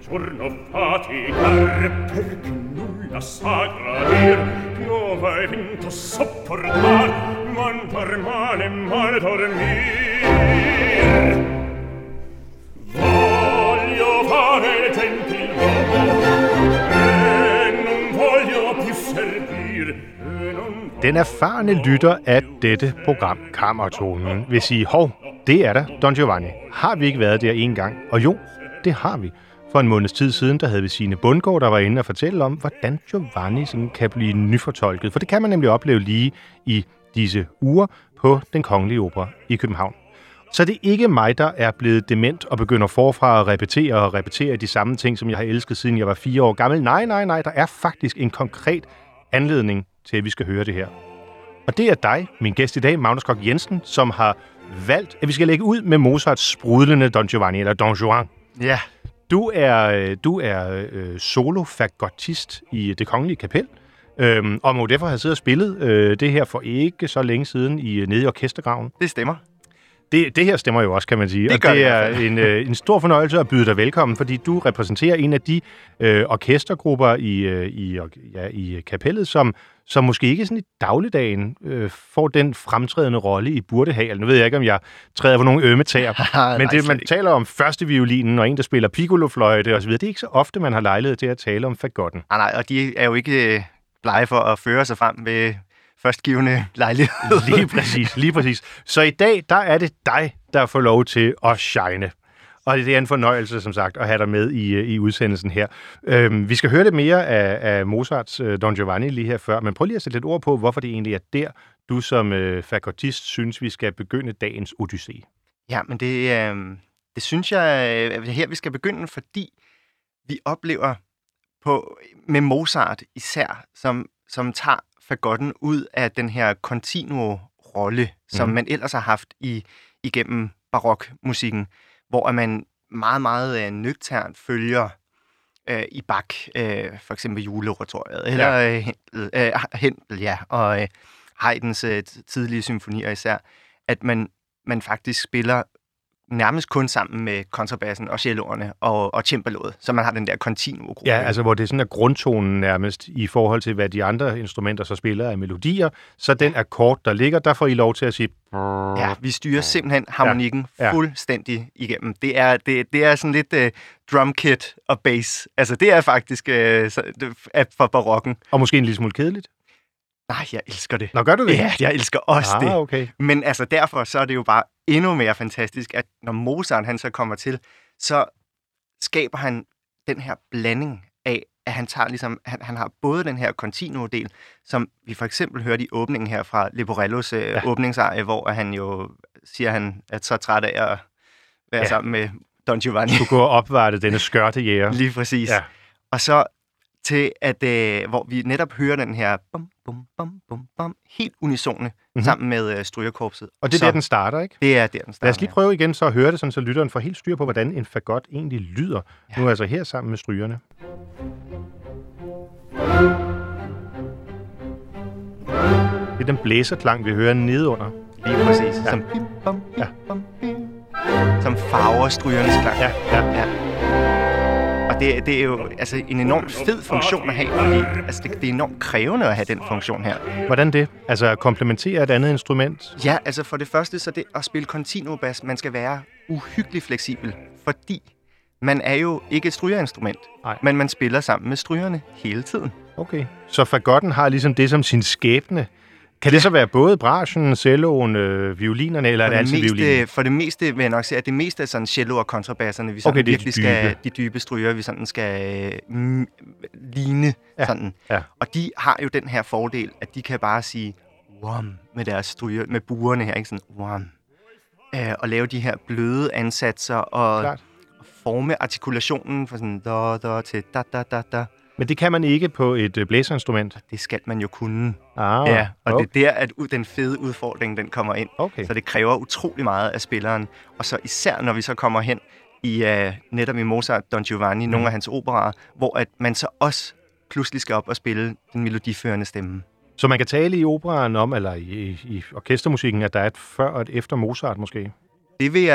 giorno faticar, perché nulla sa gradir, piova e vento sopportar, man per male dormir. Voglio fare gentil uomo, e non voglio più servir. Den erfarne lytter af dette program, Kammertonen, vil sige, hov, det er da Don Giovanni. Har vi ikke været der en gang? Og jo, det har vi. For en måneds tid siden, der havde vi Signe Bundgaard, der var inde og fortælle om, hvordan Giovanni sådan kan blive nyfortolket. For det kan man nemlig opleve lige i disse uger på Den Kongelige Opera i København. Så det er ikke mig, der er blevet dement og begynder forfra at repetere de samme ting, som jeg har elsket, siden jeg var 4 år gammel. Nej, der er faktisk en konkret anledning til, at vi skal høre det her. Og det er dig, min gæst i dag, Magnus Koch Jensen, som har valgt, at vi skal lægge ud med Mozarts sprudlende Don Giovanni, eller Don Juan. Ja. Du er solofagottist i Det Kongelige Kapel, og må derfor have siddet og spillet det her for ikke så længe siden nede i orkestergraven. Det stemmer. Det her stemmer jo også, kan man sige. Det er en stor fornøjelse at byde dig velkommen, fordi du repræsenterer en af de orkestergrupper i kapellet, som måske ikke sådan i dagligdagen får den fremtrædende rolle, I burde have. Nu ved jeg ikke, om jeg træder på nogle ømme tæer, men det, man taler om første violinen og en, der spiller piccolofløjte osv., det er ikke så ofte, man har lejlighed til at tale om fagotten. Nej, og de er jo ikke blege for at føre sig frem ved førstgivende lejlighed. Lige præcis. Så i dag, der er det dig, der får lov til at shine. Og det er en fornøjelse, som sagt, at have dig med i udsendelsen her. Vi skal høre lidt mere af Mozarts Don Giovanni lige her før, men prøv lige at sætte lidt ord på, hvorfor det egentlig er der, du som fagottist synes, vi skal begynde dagens odyssé. Ja, men det synes jeg her, vi skal begynde, fordi vi oplever med Mozart især, som tager fagotten ud af den her continuo-rolle, som man ellers har haft igennem barokmusikken, hvor man meget, meget nøgternt følger i Bach, for eksempel juleoratoriet, eller Händel, og Haydns tidlige symfonier især, at man faktisk spiller nærmest kun sammen med kontrabassen og celloerne og cembaloet, så man har den der continuo-gruppe. Ja, altså hvor det er sådan, at grundtonen nærmest i forhold til, hvad de andre instrumenter så spiller af melodier, så den akkord, der ligger, der får I lov til at sige... Ja, vi styrer simpelthen harmonikken fuldstændig igennem. Det er sådan lidt drum kit og bass. Altså det er faktisk for barokken. Og måske en lille smule kedeligt? Nej, jeg elsker det. Nå, gør du det? Ja, jeg elsker også det. Okay. Men altså derfor, så er det jo bare endnu mere fantastisk, at når Mozart han så kommer til, så skaber han den her blanding af, at han tager ligesom, han har både den her continuo-del, som vi for eksempel hørte i åbningen her fra Leporellos åbningsarie, hvor han jo siger, han er så træt af at være sammen med Don Giovanni. Du går og opvarte denne skørtejæger. Lige præcis. Ja. Og så til, at hvor vi netop hører den her bum, bum, bum, bum, bum, helt unisone sammen med strygerkorpset. Og det er der, den starter, ikke? Det er der, den starter. Lad os lige prøve igen så at høre det, sådan, så lytteren får helt styr på, hvordan en fagot egentlig lyder. Ja. Nu altså her sammen med strygerne. Det er den blæserklang, vi hører nedunder. Lige præcis. Ja. Som bim, bum, bim, bum, bim. Som farver strygernes klang. Ja. Og det er jo altså en enormt fed funktion at have, fordi altså, det er enormt krævende at have den funktion her. Hvordan det? Altså komplementere et andet instrument? Ja, altså for det første, så det at spille continuo bass, man skal være uhyggelig fleksibel, fordi man er jo ikke et strygerinstrument, men man spiller sammen med strygerne hele tiden. Okay, så fagotten har ligesom det som sin skæbne. Kan det så være både brachen, celloen, violinerne, eller er det altid violinen? For det meste vil jeg nok sige, at det meste er sådan cello og kontrabasserne, vi sådan virkelig skal, de dybe stryger, vi sådan skal ligne sådan. Ja. Og de har jo den her fordel, at de kan bare sige wham med deres stryger, med buerne her, ikke sådan wham. Og lave de her bløde ansatser og forme artikulationen fra sådan da til da. Men det kan man ikke på et blæserinstrument? Det skal man jo kunne. Ja, og det er der, at den fede udfordring, den kommer ind. Okay. Så det kræver utrolig meget af spilleren. Og så især, når vi så kommer hen i netop i Mozart, Don Giovanni, nogle af hans operaer, hvor at man så også pludselig skal op og spille den melodiførende stemme. Så man kan tale i operaen om, eller i orkestermusikken, at der er et før og et efter Mozart måske? Det vil jeg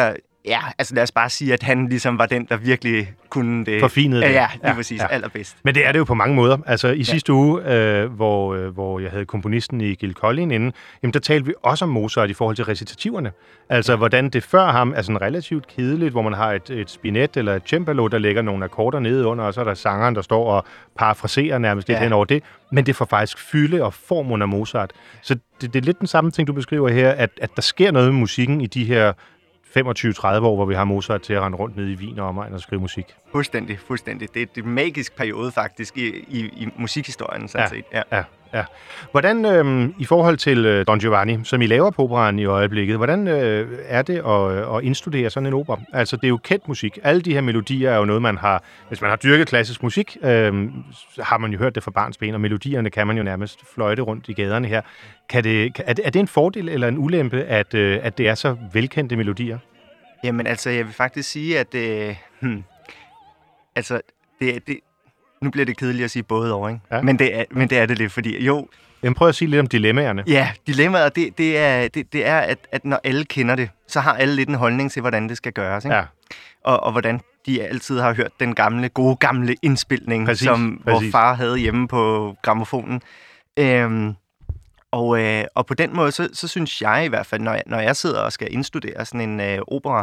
Ja, altså lad os bare sige, at han ligesom var den, der virkelig kunne det. Forfinede det. Ja, lige præcis. Allerbedst. Men det er det jo på mange måder. Altså i sidste uge, hvor jeg havde komponisten i Gil Collin inde, jamen der talte vi også om Mozart i forhold til recitativerne. Altså hvordan det før ham er sådan relativt kedeligt, hvor man har et spinet eller et cembalo, der lægger nogle akkorder nede under, og så er der sangeren, der står og parafraserer nærmest lidt hen over det. Men det får faktisk fylde og form under Mozart. Så det er lidt den samme ting, du beskriver her, at der sker noget med musikken i de her 25-30 år, hvor vi har Mozart til at rende rundt nede i Wien og omegn og skrive musik. Fuldstændig. Det er en magisk periode faktisk i musikhistorien, sådan set. Ja. Hvordan, i forhold til Don Giovanni, som I laver på operaen i øjeblikket, hvordan er det at indstudere sådan en opera? Altså, det er jo kendt musik. Alle de her melodier er jo noget, man har... Hvis man har dyrket klassisk musik, har man jo hørt det fra barnsben, og melodierne kan man jo nærmest fløjte rundt i gaderne her. Er det en fordel eller en ulempe, at det er så velkendte melodier? Jamen, altså, jeg vil faktisk sige, at... Nu bliver det kedeligt at sige både over, ikke? Ja. Men det er det lidt, fordi jo... Jamen prøv at sige lidt om dilemmaerne. Ja, dilemmaet, det er at når alle kender det, så har alle lidt en holdning til, hvordan det skal gøres, ikke? Ja. Og hvordan de altid har hørt den gode gamle indspilning, præcis. Hvor far havde hjemme på grammofonen. Og på den måde, så synes jeg i hvert fald, når jeg sidder og skal indstudere sådan en opera,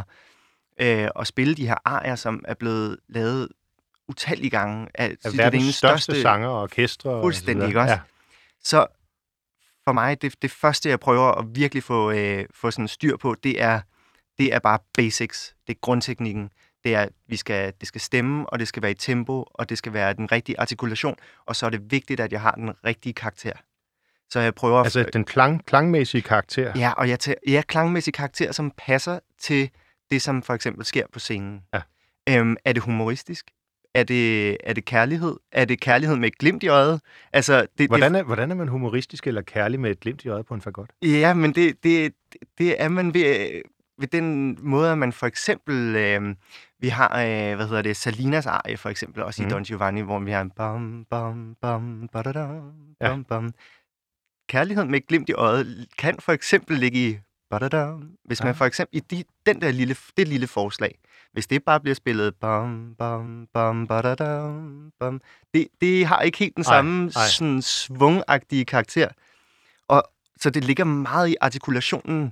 og spille de her arier, som er blevet lavet utallige gange af verdens største sanger og orkestre. Fuldstændig, ikke også? Ja. Så for mig, det første, jeg prøver at virkelig få sådan styr på, det er bare basics. Det er grundteknikken. Det er, det skal stemme, og det skal være i tempo, og det skal være den rigtige artikulation, og så er det vigtigt, at jeg har den rigtige karakter. Så jeg prøver... Altså den klangmæssige karakter? Ja, og klangmæssige karakter, som passer til det, som for eksempel sker på scenen. Ja. Er det humoristisk? Er det kærlighed? Er det kærlighed med et glimt i øjet? Altså, hvordan er man humoristisk eller kærlig med et glimt i øjet på en fagot? Ja, men det er man ved den måde, at man for eksempel... vi har, Salinas arie for eksempel, også i Don Giovanni, hvor vi har en bam, bam, bam, badadam, bam, bam. Kærlighed med et glimt i øjet kan for eksempel ligge i badadam. Hvis man for eksempel i det lille forslag, hvis det bare bliver spillet bam, bam, bam, badadam, bam, det har ikke helt den samme sådan svungagtige karakter. Og så det ligger meget i artikulationen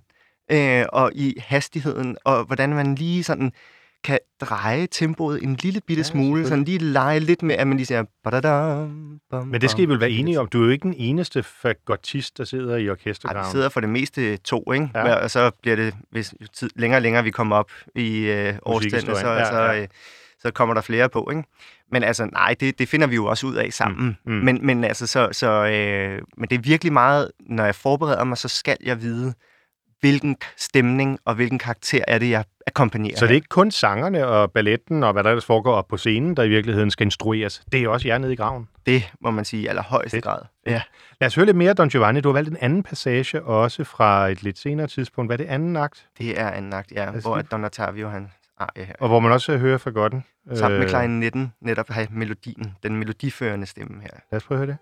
og i hastigheden, og hvordan man lige sådan kan dreje tempoet en lille bitte smule, sådan lige lege lidt med, at man lige siger badadam, bam. Men det skal I vel være enige om. Du er jo ikke den eneste fagotist, der sidder i orkestergraven. Vi sidder for det meste 2, ikke? Ja. Og så bliver det, hvis længere og længere vi kommer op i årstiderne, så kommer der flere på, ikke? Men altså, nej, det finder vi jo også ud af sammen. Men altså, men det er virkelig meget, når jeg forbereder mig, så skal jeg vide, hvilken stemning og hvilken karakter er det, jeg akkompagnerer. Så det er ikke kun sangerne og balletten og hvad der ellers foregår op på scenen, der i virkeligheden skal instrueres. Det er også jer nede i graven. Det må man sige i allerhøjeste grad. Ja. Lad os høre lidt mere af Don Giovanni. Du har valgt en anden passage også fra et lidt senere tidspunkt. Hvad er det, anden akt? Det er anden akt, ja. Hvor Don Ottavio, han arie her. Og hvor man også hører fagotten. Sammen med klarinetten netop have melodien, den melodiførende stemme her. Lad os prøve at høre det.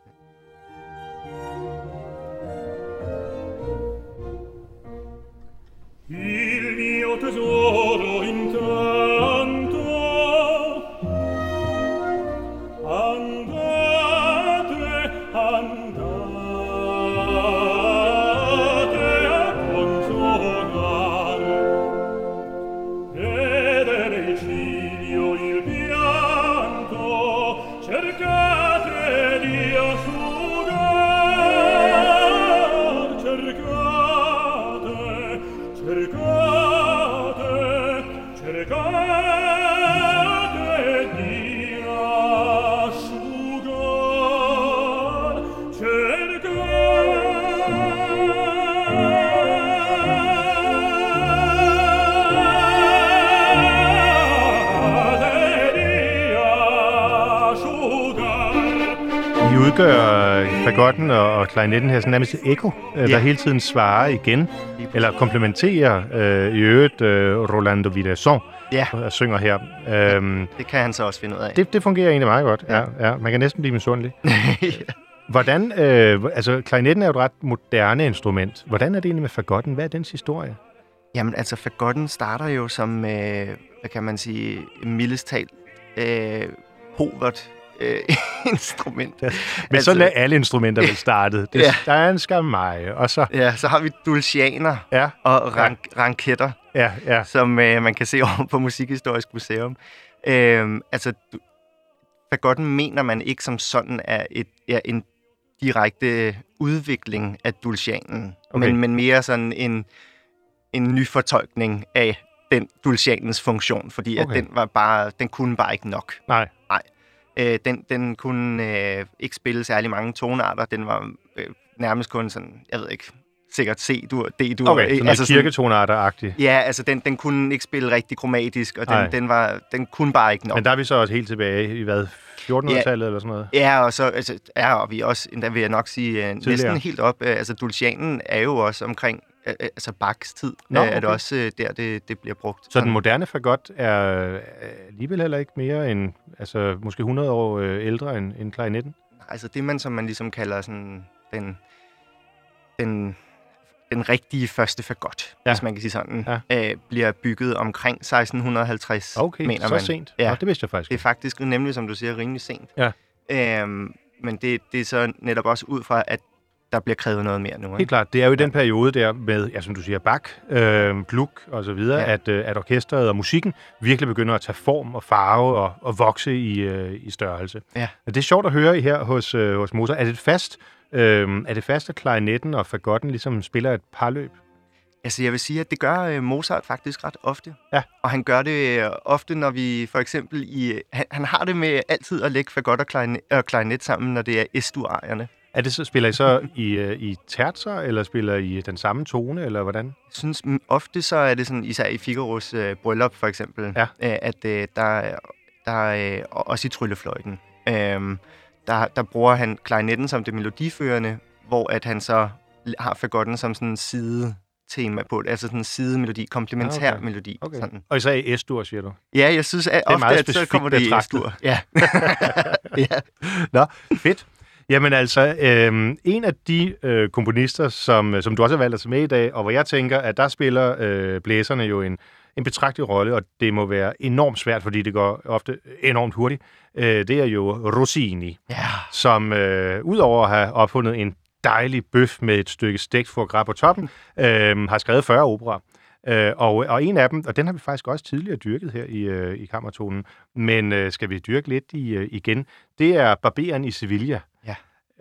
Il mio tesoro intanto andate a consolare ed nel ciglio il pianto cercate di asciugar, cercate di I udgør fagotten og klarinetten her sådan nærmest et ekko, der hele tiden svarer igen, eller komplementerer i øvrigt Rolando Villazon, der synger her. Det kan han så også finde ud af. Det fungerer egentlig meget godt, ja. Man kan næsten blive misundelig. Hvordan, altså klarinetten er jo et ret moderne instrument. Hvordan er det egentlig med fagotten? Hvad er dens historie? Jamen, altså, fagotten starter jo som, hvad kan man sige, mildest talt, povert instrument. Ja. Men sådan er alle instrumenter vel startet. Det, Ja. Der er en skamaj, og så... Ja, så har vi dulcianer Ja, og ranketter, ja. som man kan se over på Musikhistorisk Museum. Altså, fagotten mener man ikke som sådan er en direkte udvikling af dulcianen, Okay. men mere sådan en ny fortolkning af dulcianens funktion, fordi at Okay. den kunne bare ikke nok. Nej. Den kunne ikke spille særlig mange tonarter. Den var nærmest kun sådan, jeg ved ikke, sikkert C-dur, D-dur. Okay, sådan noget altså kirketonarter-agtigt. Ja, altså den kunne ikke spille rigtig kromatisk, og Nej. den kunne bare ikke nok. Men der er vi så også helt tilbage i, hvad, 1400-tallet eller sådan noget? Ja, og så og vi også, endda vil jeg nok sige, næsten helt op. Altså, dulcianen er jo også omkring altså Bachs tid. Nå, Er det okay. også der, det bliver brugt. Så den moderne fagot er alligevel heller ikke mere end, altså måske 100 år ældre end klarinetten? Altså det, som man ligesom kalder sådan den rigtige første fagot, hvis man kan sige sådan, bliver bygget omkring 1650, Okay, mener så man. sent. Ja. Nå, det vidste jeg faktisk Det er ikke. faktisk nemlig, som du siger, rimelig sent. Ja. Men det er så netop også ud fra, at der bliver krævet noget mere nu. Ikke? Helt klart. Det er jo i den periode der med, ja, som du siger, Bach, Gluck og så videre, at orkestret og musikken virkelig begynder at tage form og farve og vokse i størrelse. Ja. Det er sjovt at høre her hos Mozart. Er det fast, at klarinetten og fagotten ligesom spiller et parløb? Altså, jeg vil sige, at det gør Mozart faktisk ret ofte. Ja. Og han gør det ofte, når vi for eksempel han har det med altid at lægge fagot og klarinet sammen, når det er S-dur-arierne. Spiller I så i terzer, eller spiller I den samme tone, eller hvordan? Jeg synes ofte så er det sådan, især i Figaros bryllup for eksempel, at der er også i tryllefløjten. Der bruger han klarinetten som det melodiførende, hvor at han så har fagotten som sådan en sidetema på det, altså sådan en sidemelodi, komplementær melodi. Okay. Sådan. Og især i S-dur, siger du? Ja, jeg synes at ofte, at så kommer det i S-dur. Ja. Ja. Nå, fedt. Jamen altså, en af de komponister, som du også har valgt at tage med i dag, og hvor jeg tænker, at der spiller blæserne jo en betragtelig rolle, og det må være enormt svært, fordi det går ofte enormt hurtigt, det er jo Rossini, som udover at have opfundet en dejlig bøf med et stykke stegt foie gras på toppen, har skrevet 40 operaer. Og en af dem, og den har vi faktisk også tidligere dyrket her i Kammertonen, men skal vi dyrke lidt igen, det er Barberen i Sevilla. Ja.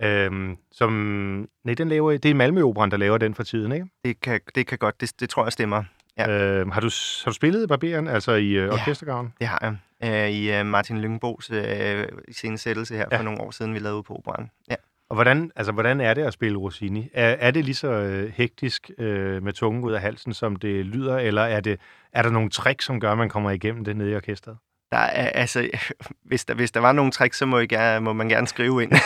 Det er Malmø-operaen, der laver den for tiden, ikke? Det kan godt, det tror jeg stemmer. Ja. Har du spillet Barberen, altså i Orkestergraven? Det har jeg. I Martin Lyngbos iscenesættelse her for nogle år siden, vi lavede ude på operaen. Ja. Og hvordan er det at spille Rossini? Er det lige så hektisk med tungen ud af halsen, som det lyder, eller er der nogle tricks, som gør, at man kommer igennem det nede i orkestret? Der er, altså, hvis der var nogle tricks, så må man gerne skrive ind.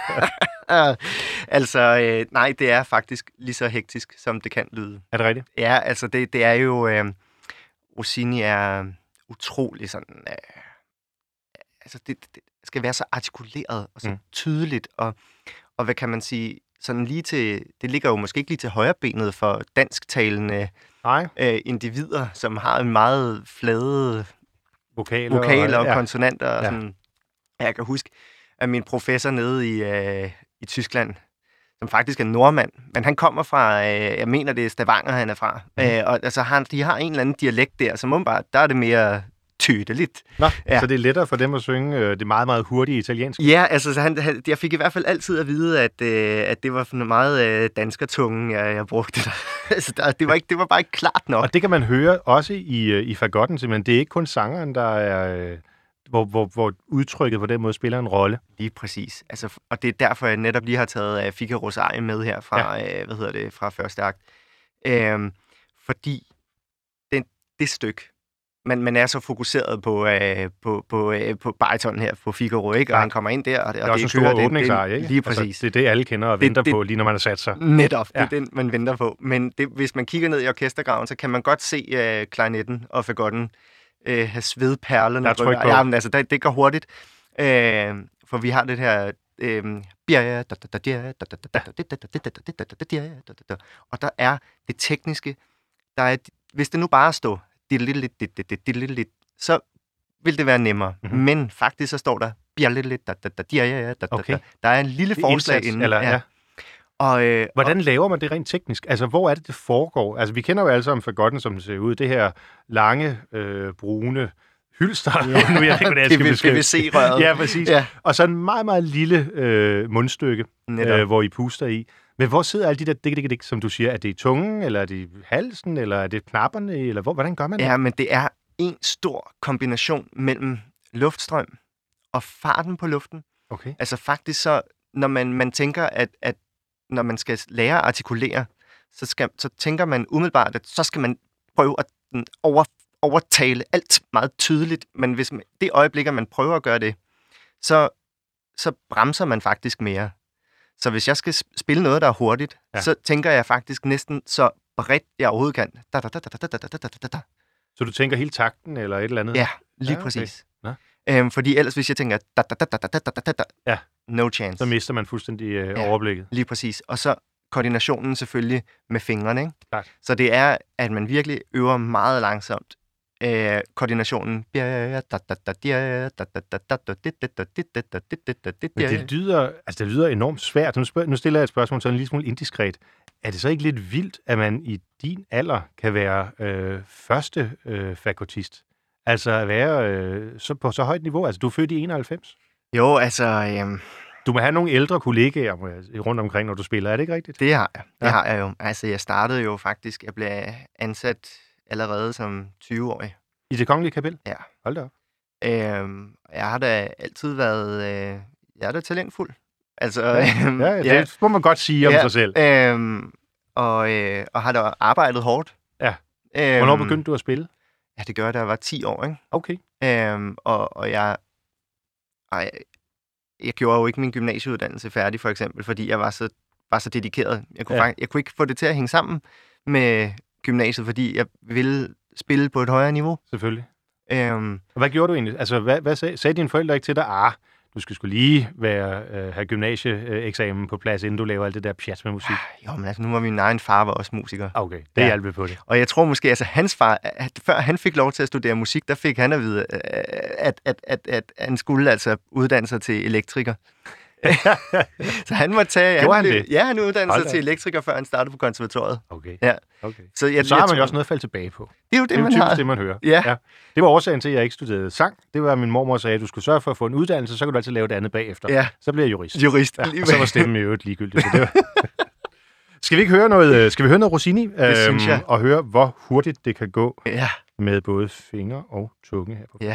Nej, det er faktisk lige så hektisk, som det kan lyde. Er det rigtigt? Ja, altså det er jo... Rossini er utrolig sådan... altså det skal være så artikuleret og så tydeligt, og hvad kan man sige... Sådan lige til... Det ligger jo måske ikke lige til højre benet for dansktalende individer, som har en meget flade... Vokaler og konsonanter. Og sådan. Jeg kan huske, at min professor nede i Tyskland, som faktisk er nordmand, men han kommer fra, jeg mener det er Stavanger, han er fra. Og altså, de har en eller anden dialekt der, som åbenbart, der er det mere tydeligt. Nå, så det er lettere for dem at synge det meget, meget hurtige italiensk? Ja, altså jeg fik i hvert fald altid at vide, at det var for meget danskertunge, jeg brugte der. Altså, det var bare ikke klart nok. Og det kan man høre også i fagotten, simpelthen. Det er ikke kun sangeren, der er... Hvor udtrykket på den måde spiller en rolle. Lige præcis. Altså, og det er derfor, jeg netop lige har taget Figaros arie med her fra, fra første akt. Fordi det stykke, man er så fokuseret på bariton her, på Figaro, ikke? Og han kommer ind der, og det er også en stor åbningsarie, ikke? Lige præcis. Altså, det er det, alle kender og venter på, lige når man har sat sig. Netop, det er den, man venter på. Men hvis man kigger ned i orkestergraven, så kan man godt se klarinetten og fagotten have svedperlerne. Der er tryk på. Ja, men altså, det går hurtigt. For vi har det her... Og der er det tekniske, der er hvis det nu bare står, så vil det være nemmere. Mhm. Men faktisk så står der, Okay. der er en lille forslag Indsats, inden. eller, ja. Og, Hvordan laver man det rent teknisk? Altså, hvor er det foregår? Altså, vi kender jo alle sammen Fagotten, som den ser ud. Det her lange, brune hylster. Ja. Nu jeg ikke, hvordan jeg skal beskrive. PVC-røret. Ja, præcis. Ja. Og så en meget, meget lille mundstykke, hvor I puster i. Men hvor sidder alle de der dik, som du siger? Er det i tungen, eller er det i halsen, eller er det knapperne, eller hvordan gør man det? Ja, men det er en stor kombination mellem luftstrøm og farten på luften. Okay. Altså faktisk så, når man tænker, at når man skal lære at artikulere, så tænker man umiddelbart, at så skal man prøve at overtale alt meget tydeligt. Men hvis det øjeblik, at man prøver at gøre det, så bremser man faktisk mere. Så hvis jeg skal spille noget, der er hurtigt, så tænker jeg faktisk næsten så bredt, jeg overhovedet kan. Så du tænker hele takten, eller et eller andet? Ja, lige præcis. Fordi ellers, hvis jeg tænker, no chance. Så mister man fuldstændig overblikket. Lige præcis. Og så koordinationen selvfølgelig med fingrene, ikke? Klart. Så det er, at man virkelig øver meget langsomt koordinationen. Men det lyder enormt svært. Nu stiller jeg et spørgsmål sådan en lille smule indiskret. Er det så ikke lidt vildt, at man i din alder kan være første fagotist? Altså at være på så højt niveau? Altså, du er født i 91? Jo, altså... Du må have nogle ældre kollegaer rundt omkring, når du spiller. Er det ikke rigtigt? Det har jeg. Det har jeg jo. Altså, jeg startede jo faktisk... Jeg blev ansat allerede som 20-årig. I Det Kongelige Kapel? Ja. Hold da op. Jeg har da altid været... jeg er da talentfuld. Altså... Det må man godt sige om sig selv. Og har da arbejdet hårdt. Ja. Hvornår begyndte du at spille? Ja, det gør jeg, da jeg var 10 år, ikke? Okay. Og jeg gjorde jo ikke min gymnasieuddannelse færdig, for eksempel, fordi jeg var så dedikeret. Jeg kunne ikke få det til at hænge sammen med gymnasiet, fordi jeg ville spille på et højere niveau. Selvfølgelig. Og hvad gjorde du egentlig? Altså, hvad sagde dine forældre ikke til dig? Du skal sgu lige have gymnasieeksamen på plads, inden du laver alt det der pjat med musik. Jo, men altså, nu var min egen far var også musiker. Okay, det hjalp på det. Og jeg tror måske, altså hans far, før han fik lov til at studere musik, der fik han at vide, at han skulle altså uddanne sig til elektriker. Så han måtte tage... han uddannede sig til elektriker, før han startede på konservatoriet. Okay. Ja. Okay. Så har man jo også noget at falde tilbage på. Det er jo det, man typisk har. Det, man hører. Ja. Det var årsagen til, at jeg ikke studerede sang. Det var, at min mormor sagde, at du skulle sørge for at få en uddannelse, så kan du altid lave det andet bagefter. Ja. Så bliver jeg jurist. Ja, og så var stemmen i øvrigt ligegyldigt. Skal vi høre noget Rossini? Det synes jeg. Og høre, hvor hurtigt det kan gå Ja. med både fingre og tunge her på. Ja.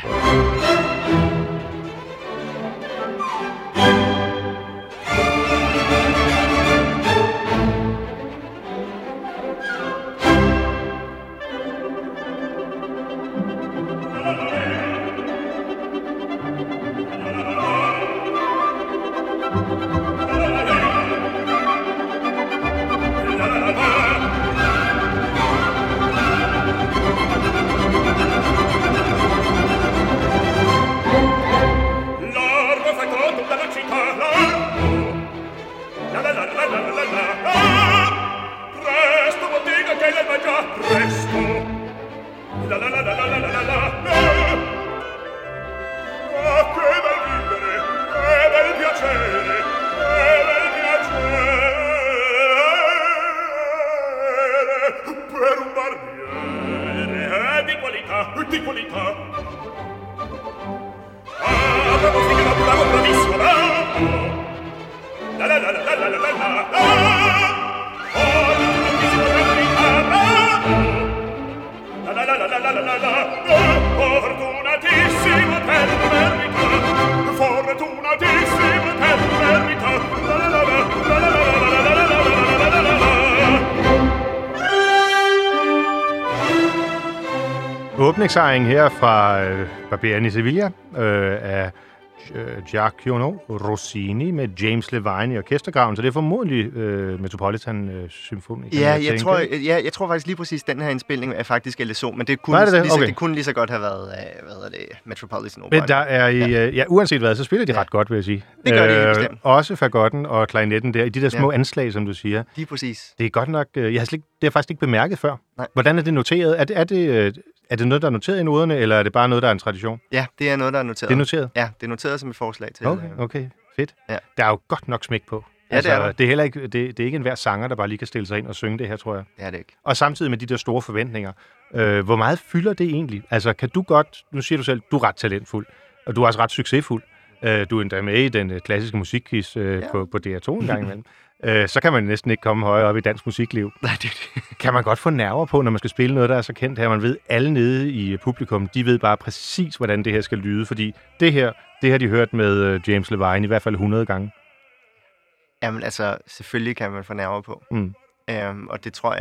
Åbningsaringen her fra Barberen i Sevilla af Giacomo Rossini med James Levine i orkestergraven, så det er formodentlig Metropolitan Symfoni. Jeg tror faktisk lige præcis, den her indspilning er faktisk LSO, men det kunne, det kunne lige så godt have været Metropolitan Opera. Men der er uanset hvad, så spiller de ret godt, vil jeg sige. Det gør de helt bestemt. Også fagotten og klarinetten der, i de der små anslag, som du siger. Lige præcis. Det er godt nok, det har jeg faktisk ikke bemærket før. Nej. Hvordan er det noteret? Er det noget, der er noteret i noderne, eller er det bare noget, der er en tradition? Ja, det er noget, der er noteret. Det er noteret? Ja, det er noteret som et forslag til. Okay, fedt. Ja. Der er jo godt nok smæk på. Ja, det er der. Det er heller ikke, det er ikke enhver sanger, der bare lige kan stille sig ind og synge det her, tror jeg. Det er det ikke. Og samtidig med de der store forventninger. Hvor meget fylder det egentlig? Altså, kan du godt, nu siger du selv, du er ret talentfuld, og du er også ret succesfuld. Du er endda med i den klassiske musikquiz på DR2 en gang imellem. Så kan man næsten ikke komme højere op i dansk musikliv. Nej, det. Kan man godt få nerver på, når man skal spille noget, der er så kendt her? Man ved, alle nede i publikum, de ved bare præcis, hvordan det her skal lyde, fordi det har de hørt med James Levine i hvert fald 100 gange. Jamen altså, selvfølgelig kan man få nerver på. Og det tror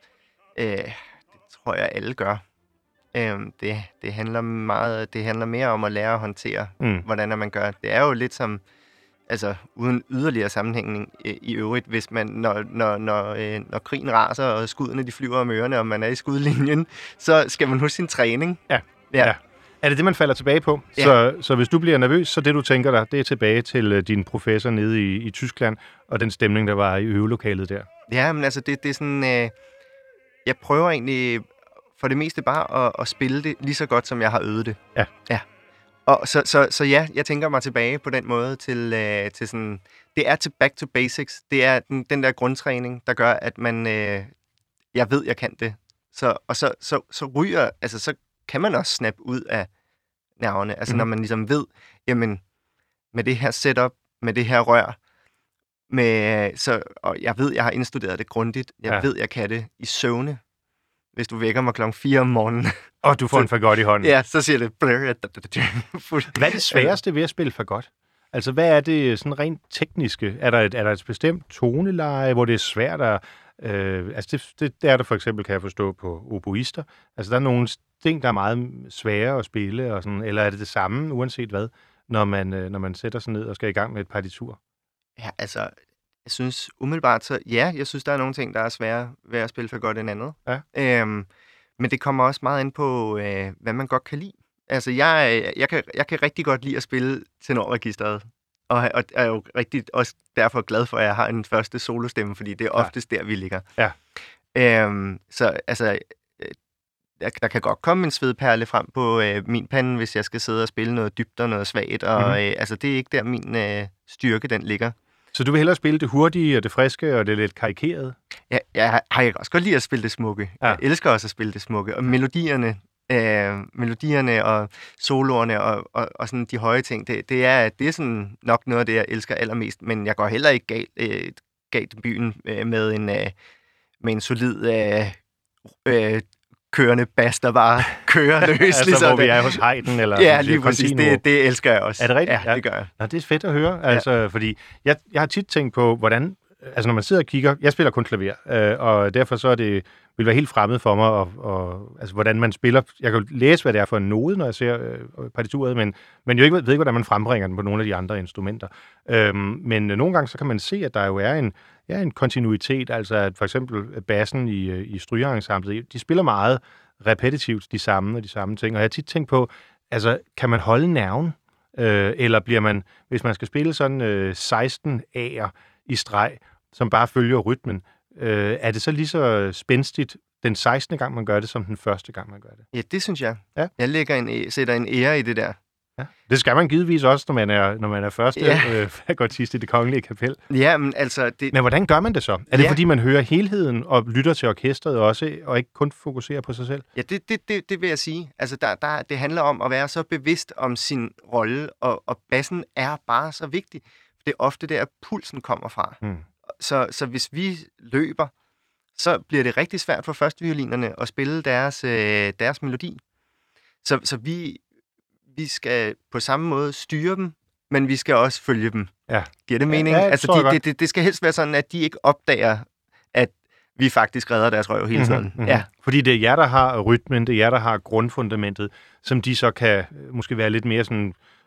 jeg alle gør. Det handler mere om at lære at håndtere, hvordan man gør. Det er jo lidt som, altså uden yderligere sammenhængning i øvrigt, hvis man, når krigen raser, og skuddene de flyver om ørerne, og man er i skudlinjen, så skal man huske sin træning. Ja. Er det det, man falder tilbage på? Ja. Så hvis du bliver nervøs, så det, du tænker dig, det er tilbage til din professor nede i Tyskland, og den stemning, der var i øvelokalet der? Ja, men altså, det er sådan... jeg prøver egentlig for det meste bare at spille det lige så godt, som jeg har øvet det. Ja. Og så ja, jeg tænker mig tilbage på den måde til sådan... Det er til back to basics. Det er den der grundtræning, der gør, at man... jeg ved, jeg kan det. Så ryger... Altså, så kan man også snappe ud af nerverne. Altså, når man ligesom ved, jamen, med det her setup, med det her rør, og jeg ved, jeg har indstuderet det grundigt. Jeg ved, jeg kan det i søvne. Hvis du vækker mig 4:00 om morgenen. Og du får en fagot i hånden. Ja, så siger det... Hvad er det sværeste ved at spille fagot? Altså, hvad er det sådan rent tekniske? Er der et bestemt toneleje, hvor det er svært at... det er der for eksempel, kan jeg forstå, på oboister. Altså, der er nogle ting, der er meget svære at spille, og sådan, eller er det samme, uanset hvad, når man sætter sig ned og skal i gang med et partitur? Ja, altså, jeg synes umiddelbart, så ja, jeg synes, der er nogle ting, der er svære ved at spille fagot end andet. Ja. Men det kommer også meget ind på, hvad man godt kan lide. Altså, jeg kan rigtig godt lide at spille tenorregisteret. Og er jo rigtig også derfor glad for, at jeg har en første solostemme, fordi det er oftest der, vi ligger. Ja. Så altså, der kan godt komme en svedperle frem på min pande, hvis jeg skal sidde og spille noget dybt og noget svagt. Og altså, det er ikke der, min styrke den ligger. Så du vil hellere spille det hurtige og det friske og det lidt karikerede? Ja, jeg kan også godt lide at spille det smukke. Ja. Jeg elsker også at spille det smukke. Og melodierne og soloerne og sådan de høje ting, det er sådan nok noget af det, jeg elsker allermest. Men jeg går heller ikke galt i byen med en solid kørende bas, der bare kører løs. Altså, ligesom hvor vi er hos Haydn, eller... Ja, lige præcis. Det elsker jeg også. Er det rigtigt? Ja, det gør jeg. Nå, det er fedt at høre. Altså, fordi jeg har tit tænkt på, hvordan... Altså, når man sidder og kigger... Jeg spiller kun klaver, og derfor så vil være helt fremmed for mig, altså, hvordan man spiller. Jeg kan jo læse, hvad det er for en node, når jeg ser partituret, men jeg ved ikke, hvordan man frembringer den på nogle af de andre instrumenter. Men nogle gange, så kan man se, at der jo er en kontinuitet, altså at for eksempel bassen i strygerensemblet, de spiller meget repetitivt de samme ting, og jeg har tit tænkt på, altså, kan man holde nerven, eller bliver man, hvis man skal spille sådan 16 A'er i streg, som bare følger rytmen, er det så lige så spændstigt den 16. gang, man gør det, som den første gang, man gør det? Ja, det synes jeg. Ja. Jeg sætter en ære i det der. Ja. Det skal man givetvis også, når man er første fagotist i Det Kongelige Kapel. Ja, men altså... Men hvordan gør man det så? Er det, fordi man hører helheden og lytter til orkestret også, og ikke kun fokuserer på sig selv? Ja, det vil jeg sige. Altså, det handler om at være så bevidst om sin rolle, og bassen er bare så vigtig. Det er ofte der, pulsen kommer fra. Så hvis vi løber, så bliver det rigtig svært for førsteviolinerne at spille deres melodi. Så vi skal på samme måde styre dem, men vi skal også følge dem. Ja. Giver det mening? Ja, altså, det skal helst være sådan, at de ikke opdager, at vi faktisk redder deres røv hele tiden. Ja. Fordi det er jer, der har rytmen, det er jer, der har grundfundamentet, som de så kan måske være lidt mere sådan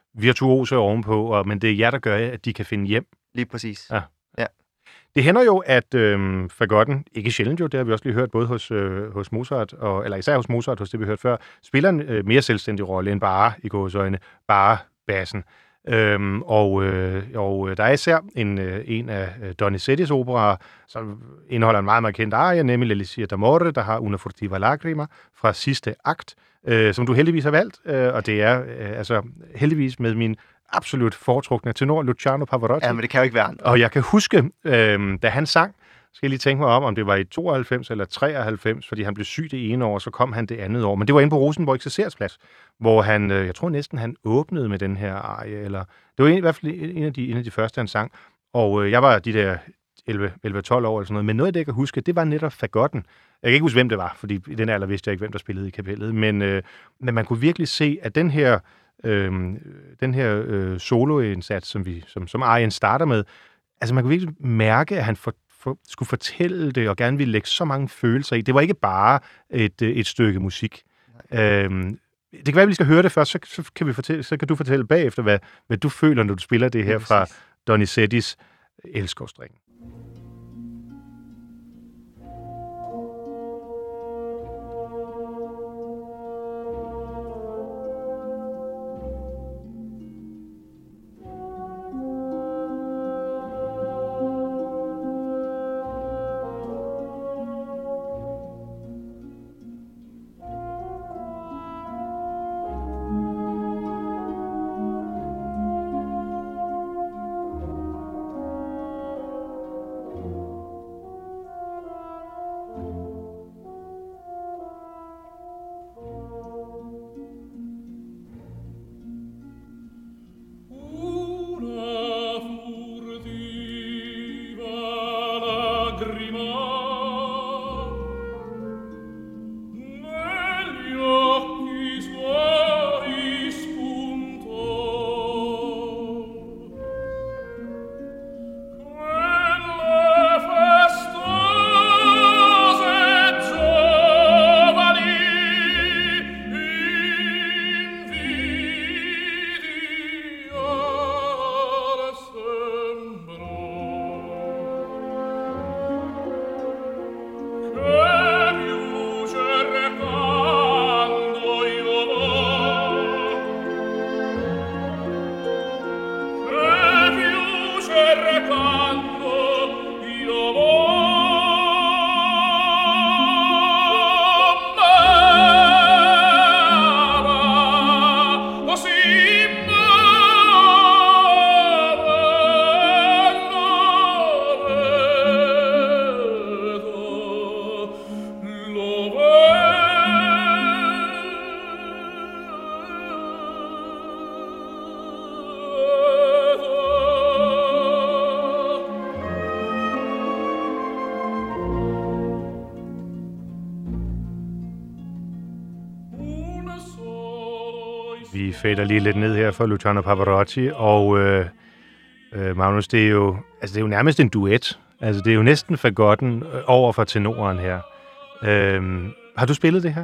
virtuose ovenpå, men det er jer, der gør, at de kan finde hjem. Lige præcis. Ja. Det hænder jo, at fagotten, ikke sjældent jo, det har vi også lige hørt, både hos Mozart, eller især hos Mozart, hos det vi hørte før, spiller en mere selvstændig rolle end bare, i gåseøjne, bare bassen. Og der er især en af Donizettis operaer, som indeholder en meget markant arie, nemlig L'Elisir d'amore, der har Una furtiva lacrima fra sidste akt, som du heldigvis har valgt, og det er altså heldigvis med min absolut foretrukne tenor, Luciano Pavarotti. Ja, men det kan jo ikke være andet. Og jeg kan huske, da han sang, skal jeg lige tænke mig om det var i 92 eller 93, fordi han blev syg det ene år, så kom han det andet år. Men det var inde på Rosenborg Eksercersplads, hvor han, jeg tror næsten han åbnede med den her arie, eller det var i hvert fald en af de første, han sang. Og jeg var de der 11-12 år eller sådan noget, men noget af det, jeg kan huske, det var netop fagotten. Jeg kan ikke huske, hvem det var, fordi i den alder vidste jeg ikke, hvem der spillede i kapellet, men man kunne virkelig se, at den her soloindsats, som arien starter med, altså man kunne virkelig mærke, at han skulle fortælle det, og gerne ville lægge så mange følelser i. Det var ikke bare et stykke musik. Det kan være, at vi skal høre det først, så kan du fortælle bagefter, hvad du føler, når du spiller det her fra Donizettis Elskovsdrikken. Vi fader lige lidt ned her for Luciano Pavarotti, og Magnus, det er jo nærmest en duet. Altså, det er jo næsten fagotten over for tenoren her. Har du spillet det her?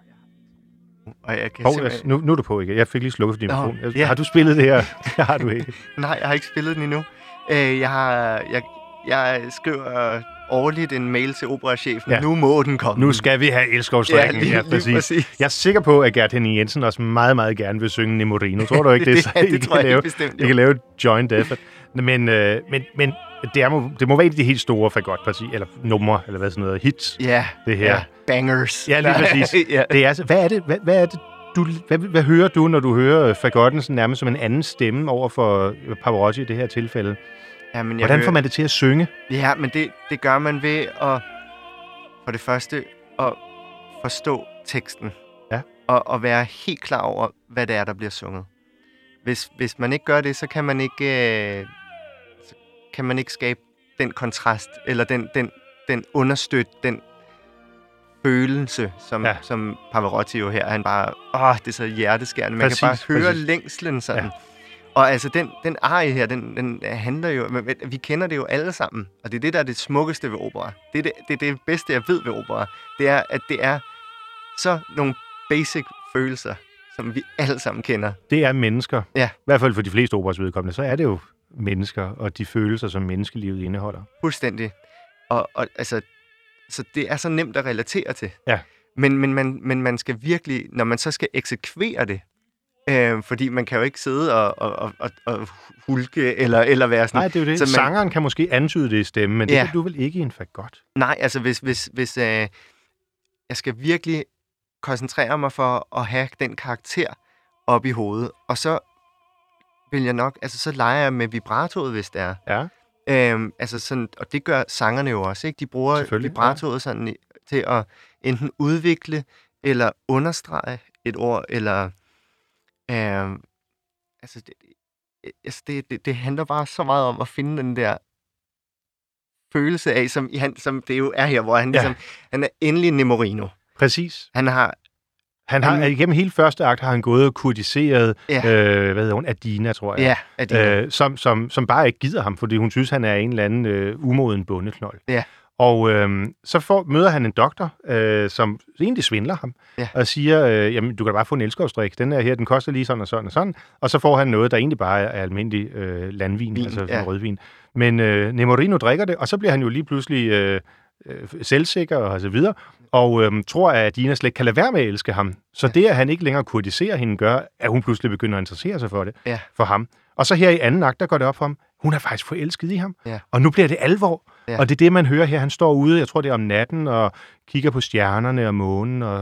Og jeg kan nu er du på, ikke? Jeg fik lige slukket for din mikrofon. Ja. Har du spillet det her? Det har du ikke. Nej, jeg har ikke spillet den endnu. Jeg skriver årligt en mail til operachefen. Ja. Nu må den komme. Nu skal vi have Elskovsdrikken. Ja, præcis. Jeg er sikker på, at Gert Henning Jensen også meget, meget gerne vil synge Nemorino. Tror du ikke det? Det tror jeg bestemt. I kan lave et joint effort. Men det må være et af de helt store fagotparti, eller numre, eller hvad sådan noget, hits. Ja, det her. Ja, bangers. Ja, lige præcis. Ja. Det er altså, hvad hører du, når du hører fagotten sådan nærmest som en anden stemme over for Pavarotti i det her tilfælde? Jamen, hvordan får man det til at synge? Ja, men det gør man ved at, for det første, at forstå teksten. Ja. Og være helt klar over, hvad det er, der bliver sunget. Hvis man ikke gør det, så kan man ikke skabe den kontrast, eller den understøtte, den følelse, som Pavarotti jo her, han bare, det er så hjerteskærende. Man kan bare høre længslen sådan. Ja. Og altså, den arie her, den handler jo, vi kender det jo alle sammen, og det er det, der er det smukkeste ved opera. Det er det bedste, jeg ved ved opera. Det er, at det er så nogle basic følelser, som vi alle sammen kender. Det er mennesker. Ja. I hvert fald for de fleste operas vedkommende, så er det jo mennesker, og de følelser, som menneskelivet indeholder. Fuldstændig. Og altså, så det er så nemt at relatere til. Ja. Men man skal virkelig, når man så skal eksekvere det, fordi man kan jo ikke sidde og hulke, eller være sådan... Nej, det er jo det. Sangeren kan måske antyde det i stemme, men det kan du vel ikke i en fagot? Nej, altså hvis jeg skal virkelig koncentrere mig for at have den karakter op i hovedet, og så vil jeg nok... Altså, så leger jeg med vibratoet, hvis det er. Ja. Altså sådan, og det gør sangerne jo også, ikke? De bruger vibratoet sådan til at enten udvikle eller understrege et ord, eller det handler bare så meget om at finde den der følelse af, som det jo er her, hvor han ligesom, han er endelig Nemorino. Præcis. Han har igennem hele første akt har han gået og kurtiseret, hvad hedder hun, Adina, tror jeg. Ja, Adina. Som bare ikke gider ham, fordi hun synes, han er en eller anden umoden bondeknold. Ja. Og så møder han en doktor, som egentlig svindler ham, og siger, jamen, du kan bare få en elskovsdrik. Den er her, den koster lige sådan og sådan og sådan. Og så får han noget, der egentlig bare er almindelig landvin, altså rødvin. Men Nemorino drikker det, og så bliver han jo lige pludselig selvsikker og så videre, og tror, at Adina slet ikke kan lade være med at elske ham. Så det, at han ikke længere kurtiserer hende, gør, at hun pludselig begynder at interessere sig for det, for ham. Og så her i anden akt, der går det op for ham, hun er faktisk forelsket i ham. Ja. Og nu bliver det alvor. Ja. Og det er det, man hører her. Han står ude, jeg tror, det er om natten, og kigger på stjernerne og månen, og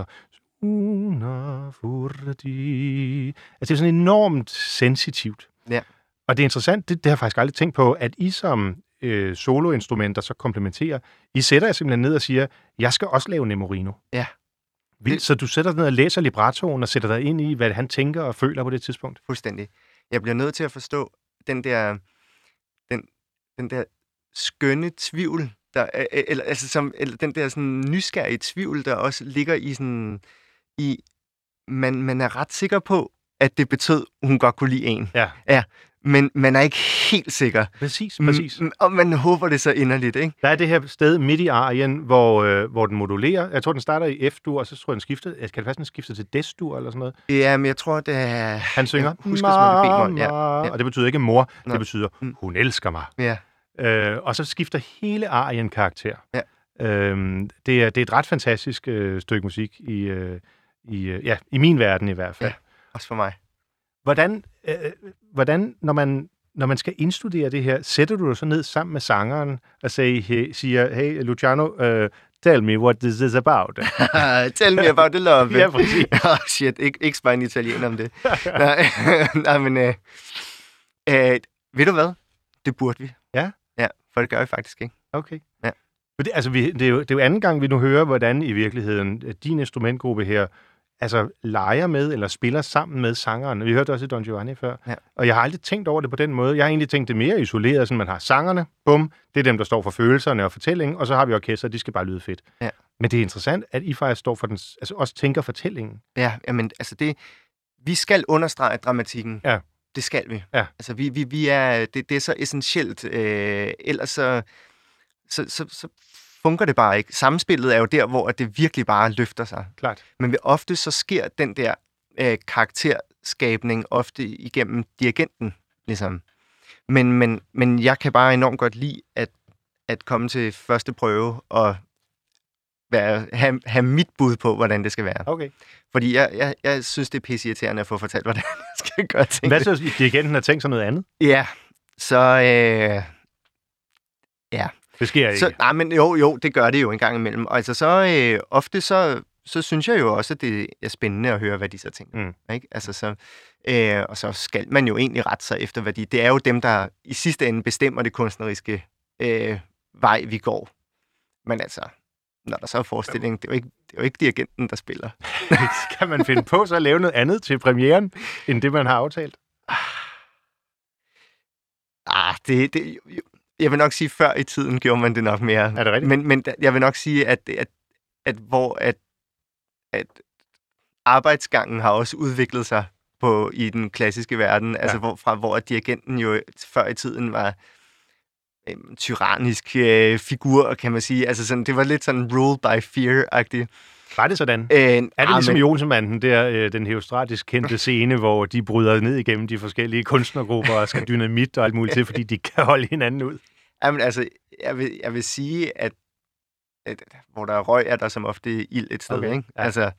altså, det er sådan enormt sensitivt. Ja. Og det er interessant, det har jeg faktisk aldrig tænkt på, at I som soloinstrumenter så komplementerer. I sætter jer simpelthen ned og siger, jeg skal også lave Nemorino. Ja. Så du sætter dig ned og læser librettoen og sætter dig ind i, hvad han tænker og føler på det tidspunkt? Fuldstændig. Jeg bliver nødt til at forstå den der skønne tvivl, den der sådan nysgerrige tvivl, der også ligger i sådan man er ret sikker på, at det betød, hun godt kunne lide en. Ja. Men man er ikke helt sikker. Præcis. Og man håber det så inderligt, ikke? Der er det her sted midt i arien, hvor den modulerer. Jeg tror, den starter i F-dur, og så tror jeg, den skifter. Kan det faktisk, den skifter til Des-dur eller sådan noget? Ja, men jeg tror, det er... Han synger, husker, og det betyder ikke mor, det betyder, hun elsker mig. Ja. Og så skifter hele arien karakter. Ja. Det er et ret fantastisk stykke musik i min verden i hvert fald. Ja, også for mig. Hvordan når man skal indstudere det her, sætter du dig så ned sammen med sangeren og siger, hey Luciano, tell me what this is about. Tell me about the love. Ja, præcis. Shit, ikke spørge en italiener om det. Nej, men ved du hvad? Det burde vi. Ja? Ja, for det gør vi faktisk ikke. Okay. Ja. Det er jo anden gang, vi nu hører, hvordan i virkeligheden din instrumentgruppe her altså leger med eller spiller sammen med sangeren. Vi hørte også i Don Giovanni før. Ja. Og jeg har aldrig tænkt over det på den måde. Jeg har egentlig tænkt det mere isoleret, sådan man har sangerne, bum, det er dem, der står for følelserne og fortællingen, og så har vi orkester, de skal bare lyde fedt. Ja. Men det er interessant, at I faktisk står for den, altså også tænker fortællingen. Ja, men altså vi skal understrege dramatikken. Ja. Det skal vi. Ja. Altså vi er, det er så essentielt. Ellers så fungerer det bare ikke. Samspillet er jo der, hvor det virkelig bare løfter sig. Klart. Men ofte så sker den der karakterskabning ofte igennem dirigenten, ligesom. Men jeg kan bare enormt godt lide at komme til første prøve og have mit bud på, hvordan det skal være. Okay. Fordi jeg synes, det er pisseirriterende at få fortalt, hvordan jeg skal gøre ting. Hvad så, dirigenten har tænkt sig noget andet? Ja, så ja. Det sker ikke. Nej, men jo, det gør det jo en gang imellem. Altså så ofte så synes jeg jo også, at det er spændende at høre, hvad de så tænker. Ikke? Altså så, og så skal man jo egentlig rette sig efter, hvad det er jo dem, der i sidste ende bestemmer det kunstneriske vej, vi går. Men altså, når der så er forestilling, det er jo ikke dirigenten, der spiller. Skal man finde på så at lave noget andet til premieren, end det, man har aftalt? Jeg vil nok sige, før i tiden gjorde man det nok mere. Er det rigtigt? Men jeg vil nok sige, at arbejdsgangen har også udviklet sig i den klassiske verden. Ja. Altså hvor dirigenten jo før i tiden var en tyrannisk figur, kan man sige. Altså sådan, det var lidt sådan rule by fear-agtigt. Var det sådan? Er det ligesom i Olsenbanden, den herostratisk kendte scene, hvor de bryder ned igennem de forskellige kunstnergrupper og skal dynamit og alt muligt til, fordi de kan holde hinanden ud? Jamen altså, jeg vil sige, at hvor der er røg, er der som ofte ild et sted, Okay, ikke? ja. Altså,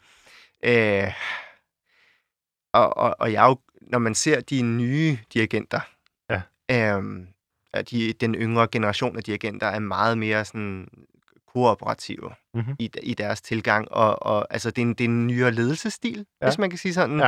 og jeg er jo, når man ser de nye dirigenter, den yngre generation af dirigenter er meget mere sådan kooperative i deres tilgang, og altså det er en nyere ledelsesstil, hvis man kan sige sådan.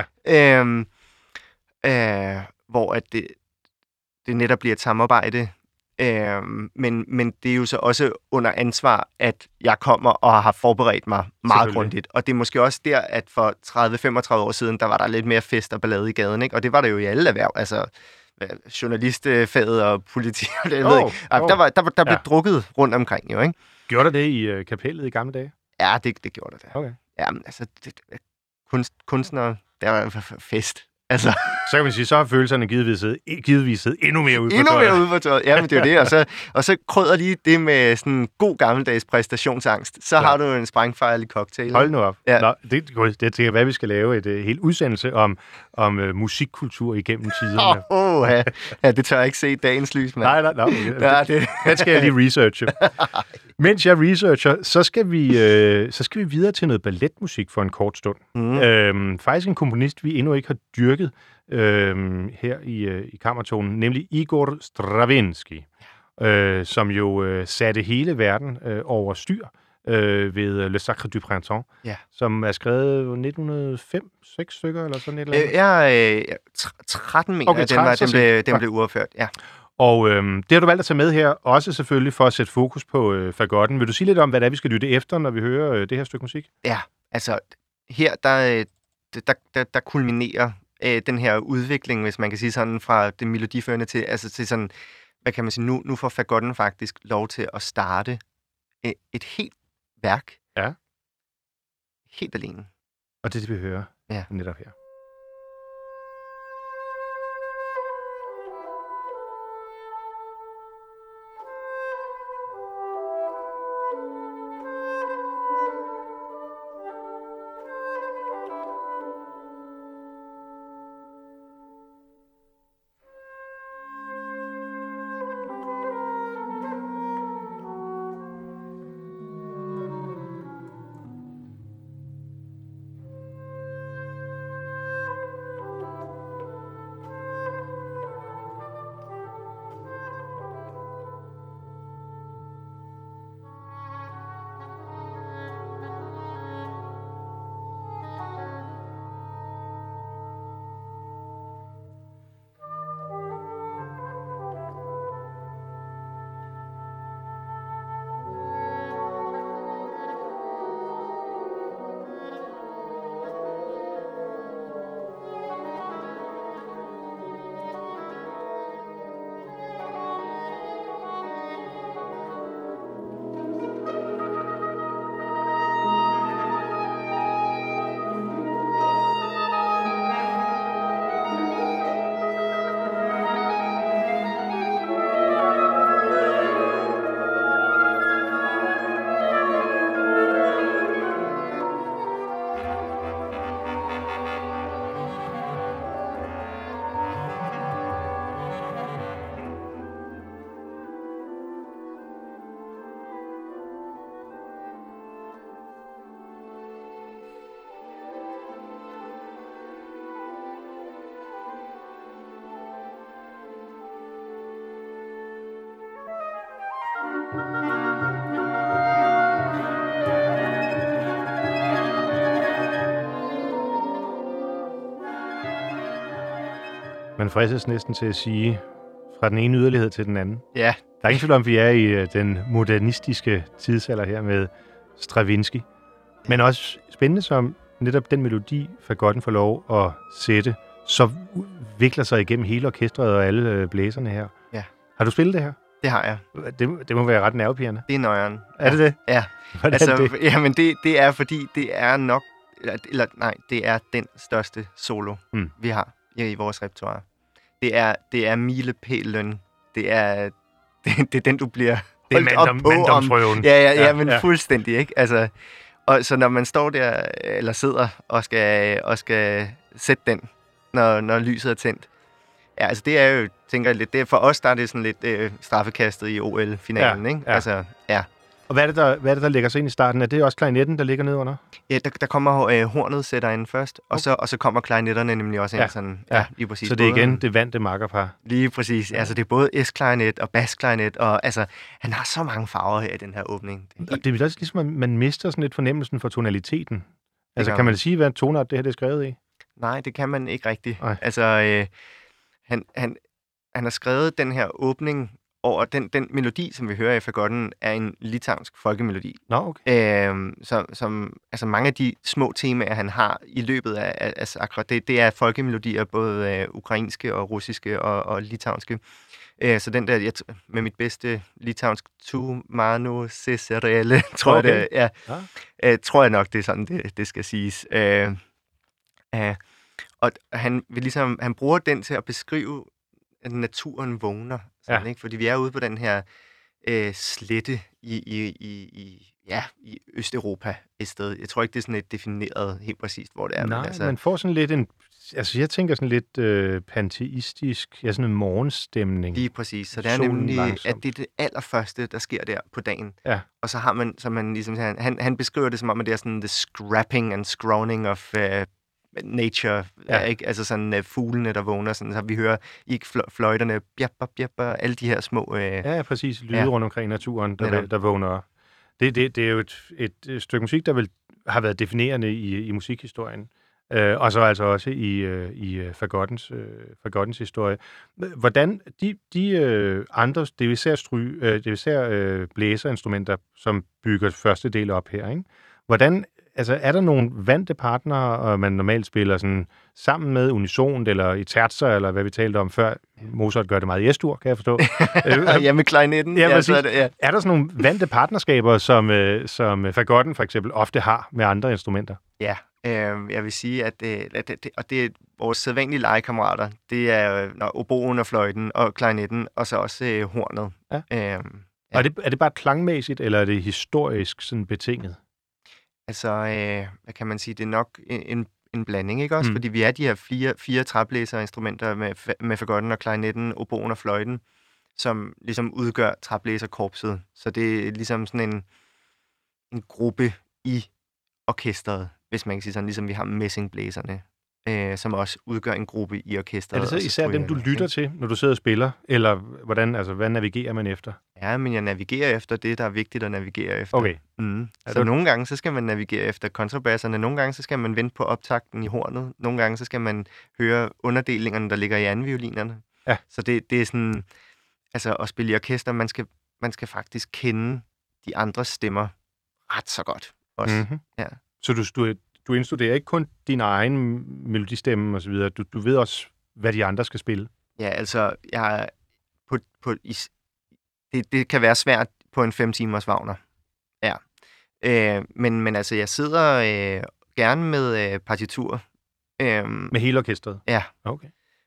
Hvor at det netop bliver et samarbejde. Men det er jo så også under ansvar, at jeg kommer og har forberedt mig meget grundigt. Og det er måske også der, at for 30-35 år siden, der var der lidt mere fest og ballade i gaden, ikke? Og det var der jo i alle erhverv, altså journalistfaget og politi. Der blev drukket rundt omkring, jo, ikke? Gjorde der det i kapellet i gamle dage? Ja, det gjorde der. Okay. Jamen, altså, kunstnere, der var fest. Altså. Så kan man sige, så har følelserne givetvis siddet endnu mere ude på tøjet. Endnu mere ude på tøjet, ja, men det er jo det. Og så krydder lige det med sådan god gammeldags præstationsangst. Så har du en sprængfarlig cocktail. Hold nu op. Ja. Nå, det kan være, vi skal lave et helt udsendelse om musikkultur igennem tiderne. Ja, det tør jeg ikke se dagens lys, mand. Nej. Den skal jeg lige researche. Mens jeg researcher, så skal vi videre til noget balletmusik for en kort stund. Faktisk en komponist, vi endnu ikke har dyrket her i Kammertonen, nemlig Igor Stravinsky, som jo satte hele verden over styr ved Le Sacre du Printemps, som er skrevet 1905, 6 stykker eller sådan et eller andet. 13 mener den blev uopført, ja. Og det har du valgt at tage med her, også selvfølgelig for at sætte fokus på fagotten. Vil du sige lidt om, hvad det er, vi skal lytte efter, når vi hører det her stykke musik? Ja, altså her, der kulminerer den her udvikling, hvis man kan sige sådan, fra det melodiførende til sådan, hvad kan man sige, nu får fagotten faktisk lov til at starte et helt værk. Ja. Helt alene. Og det vi hører netop her. Man fristes næsten til at sige, fra den ene yderlighed til den anden. Ja. Der er ingen tvivl om, vi er i den modernistiske tidsalder her med Stravinsky. Men også spændende som netop den melodi, fagotten får lov at sætte, så vikler sig igennem hele orkestret og alle blæserne her. Ja. Har du spillet det her? Det har jeg. Det må være ret nervepirrende. Det er nøjeren. Er det det? Ja. Altså, jamen det er fordi, det er nok, det er den største solo, vi har i vores repertoire. Det er milepælen. Det er den, du bliver holdt op på. Manddomsprøven. Ja, men fuldstændig, ikke? Altså, Og så når man står der, eller sidder og skal sætte den, når lyset er tændt. Ja, altså det er jo, tænker jeg lidt, det er for os, der er det sådan lidt straffekastet i OL-finalen, ikke? Ja. Altså, ja. Og hvad er det, der lægger sig ind i starten? Er det også klarinetten, der ligger nedenunder? Ja, der kommer hornet sætter ind først, og så kommer klarinetterne nemlig også ind sådan. Ja, lige præcis. Så det er igen det vante makkerpar. Lige præcis. Ja. Altså det er både S-klarinet og bas-klarinet, og altså han har så mange farver her i den her åbning. Det er også ligesom, at man mister sådan lidt fornemmelsen for tonaliteten. Altså kan man sige, hvad tonart det her det er skrevet i? Nej, det kan man ikke rigtigt. Nej. Altså han har skrevet den her åbning over den melodi, som vi hører i fagotten, er en litauisk folkemelodi. Nå, okay. Som altså mange af de små temaer, han har i løbet af Sakra, det er folkemelodier, både ukrainske og russiske og litauiske. Så den der, med mit bedste litauisk, tu manu ceserele, tror jeg det er. Tror jeg nok, det er sådan, det skal siges. Og han bruger den til at beskrive, at naturen vågner. Sådan, ikke? Fordi vi er ude på den her slette i Østeuropa et sted. Jeg tror ikke, det er sådan et defineret helt præcist, hvor det er. Nej, men altså, man får sådan lidt altså jeg tænker sådan lidt panteistisk, sådan en morgenstemning. Lige præcis. Så det er nemlig, at det er det allerførste, der sker der på dagen. Ja. Og så har man ligesom, han beskriver det som om, at det er sådan the scrapping and scrowning of nature, ikke? Altså sådan fuglene, der vågner, sådan, så vi hører fløjterne, bjapper, bjapper, alle de her små... Ja, præcis. Lyde rundt omkring naturen, der vågner op. Det er jo et stykke musik, der vel har været definerende i musikhistorien, og så altså også i fagottens historie. Hvordan de andre, det er især blæserinstrumenter, som bygger første del op her, ikke? Hvordan altså, er der nogle vante partnere, og man normalt spiller sådan sammen med unisont, eller i terzer, eller hvad vi talte om før? Mozart gør det meget i S-dur, kan jeg forstå. Ja, med klarinetten. Ja, så er det, ja. Er der sådan nogle vante partnerskaber, som fagotten for eksempel ofte har med andre instrumenter? Ja, jeg vil sige, at det er vores sædvanlige legekammerater. Det er oboen og fløjten og klarinetten, og så også hornet. Ja. Og er det bare klangmæssigt, eller er det historisk sådan betinget? Altså, hvad kan man sige, det er nok en blanding, ikke også? Fordi vi er de her fire træblæserinstrumenter med fagotten og klarinetten, oboen og fløjten, som ligesom udgør træblæserkorpset. Så det er ligesom sådan en gruppe i orkestret, hvis man kan sige sådan, ligesom vi har messingblæserne, som også udgør en gruppe i orkestret. Er det så især dem, du lytter til, når du sidder og spiller? Eller hvad navigerer man efter? Ja, men jeg navigerer efter det, der er vigtigt at navigere efter. Okay. Så nogle gange, så skal man navigere efter kontrabasserne. Nogle gange, så skal man vente på optakten i hornet. Nogle gange, så skal man høre underdelingerne, der ligger i andenviolinerne. Ja. Så det er sådan, altså at spille i orkester, man skal faktisk kende de andres stemmer ret så godt også. Mm-hmm. Ja. Så du indstuderer ikke kun din egen melodistemme og så videre. Du ved også, hvad de andre skal spille. Ja, altså, det kan være svært på en 5 timers Wagner. Ja. Men altså, jeg sidder gerne med partitur. Med hele orkestret? Ja. Okay.